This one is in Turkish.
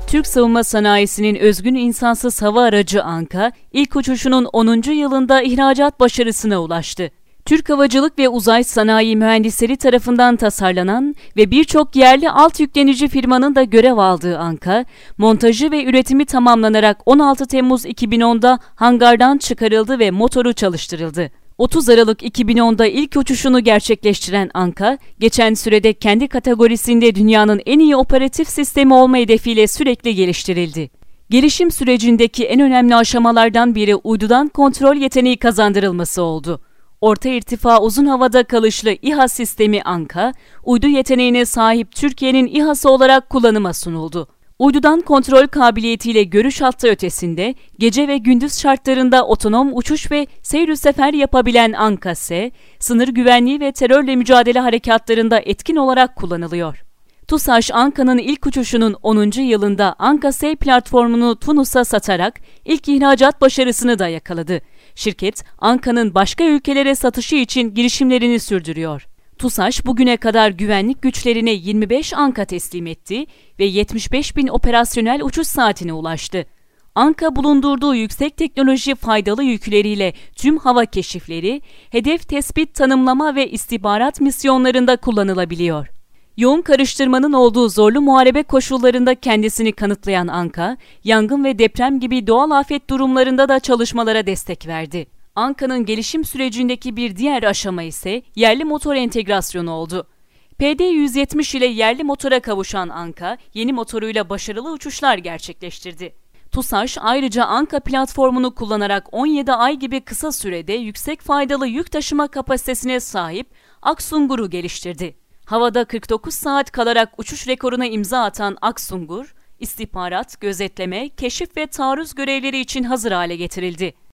Türk savunma sanayisinin özgün insansız hava aracı Anka, ilk uçuşunun 10. yılında ihracat başarısına ulaştı. Türk Havacılık ve Uzay Sanayi Mühendisleri tarafından tasarlanan ve birçok yerli alt yüklenici firmanın da görev aldığı Anka, montajı ve üretimi tamamlanarak 16 Temmuz 2010'da hangardan çıkarıldı ve motoru çalıştırıldı. 30 Aralık 2010'da ilk uçuşunu gerçekleştiren Anka, geçen sürede kendi kategorisinde dünyanın en iyi operatif sistemi olma hedefiyle sürekli geliştirildi. Gelişim sürecindeki en önemli aşamalardan biri uydudan kontrol yeteneği kazandırılması oldu. Orta irtifa uzun havada kalışlı İHA sistemi Anka, uydu yeteneğine sahip Türkiye'nin İHA'sı olarak kullanıma sunuldu. Uydudan kontrol kabiliyetiyle görüş hattı ötesinde, gece ve gündüz şartlarında otonom uçuş ve seyir sefer yapabilen Anka-S, sınır güvenliği ve terörle mücadele harekatlarında etkin olarak kullanılıyor. TUSAŞ Anka'nın ilk uçuşunun 10. yılında Anka-S platformunu Tunus'a satarak ilk ihracat başarısını da yakaladı. Şirket, Anka'nın başka ülkelere satışı için girişimlerini sürdürüyor. TUSAŞ bugüne kadar güvenlik güçlerine 25 Anka teslim etti ve 75.000 operasyonel uçuş saatine ulaştı. Anka bulundurduğu yüksek teknoloji faydalı yükleriyle tüm hava keşifleri, hedef tespit, tanımlama ve istihbarat misyonlarında kullanılabiliyor. Yoğun karıştırmanın olduğu zorlu muharebe koşullarında kendisini kanıtlayan Anka, yangın ve deprem gibi doğal afet durumlarında da çalışmalara destek verdi. Anka'nın gelişim sürecindeki bir diğer aşama ise yerli motor entegrasyonu oldu. PD-170 ile yerli motora kavuşan Anka, yeni motoruyla başarılı uçuşlar gerçekleştirdi. TUSAŞ ayrıca Anka platformunu kullanarak 17 ay gibi kısa sürede yüksek faydalı yük taşıma kapasitesine sahip Aksungur'u geliştirdi. Havada 49 saat kalarak uçuş rekoruna imza atan Aksungur, istihbarat, gözetleme, keşif ve taarruz görevleri için hazır hale getirildi.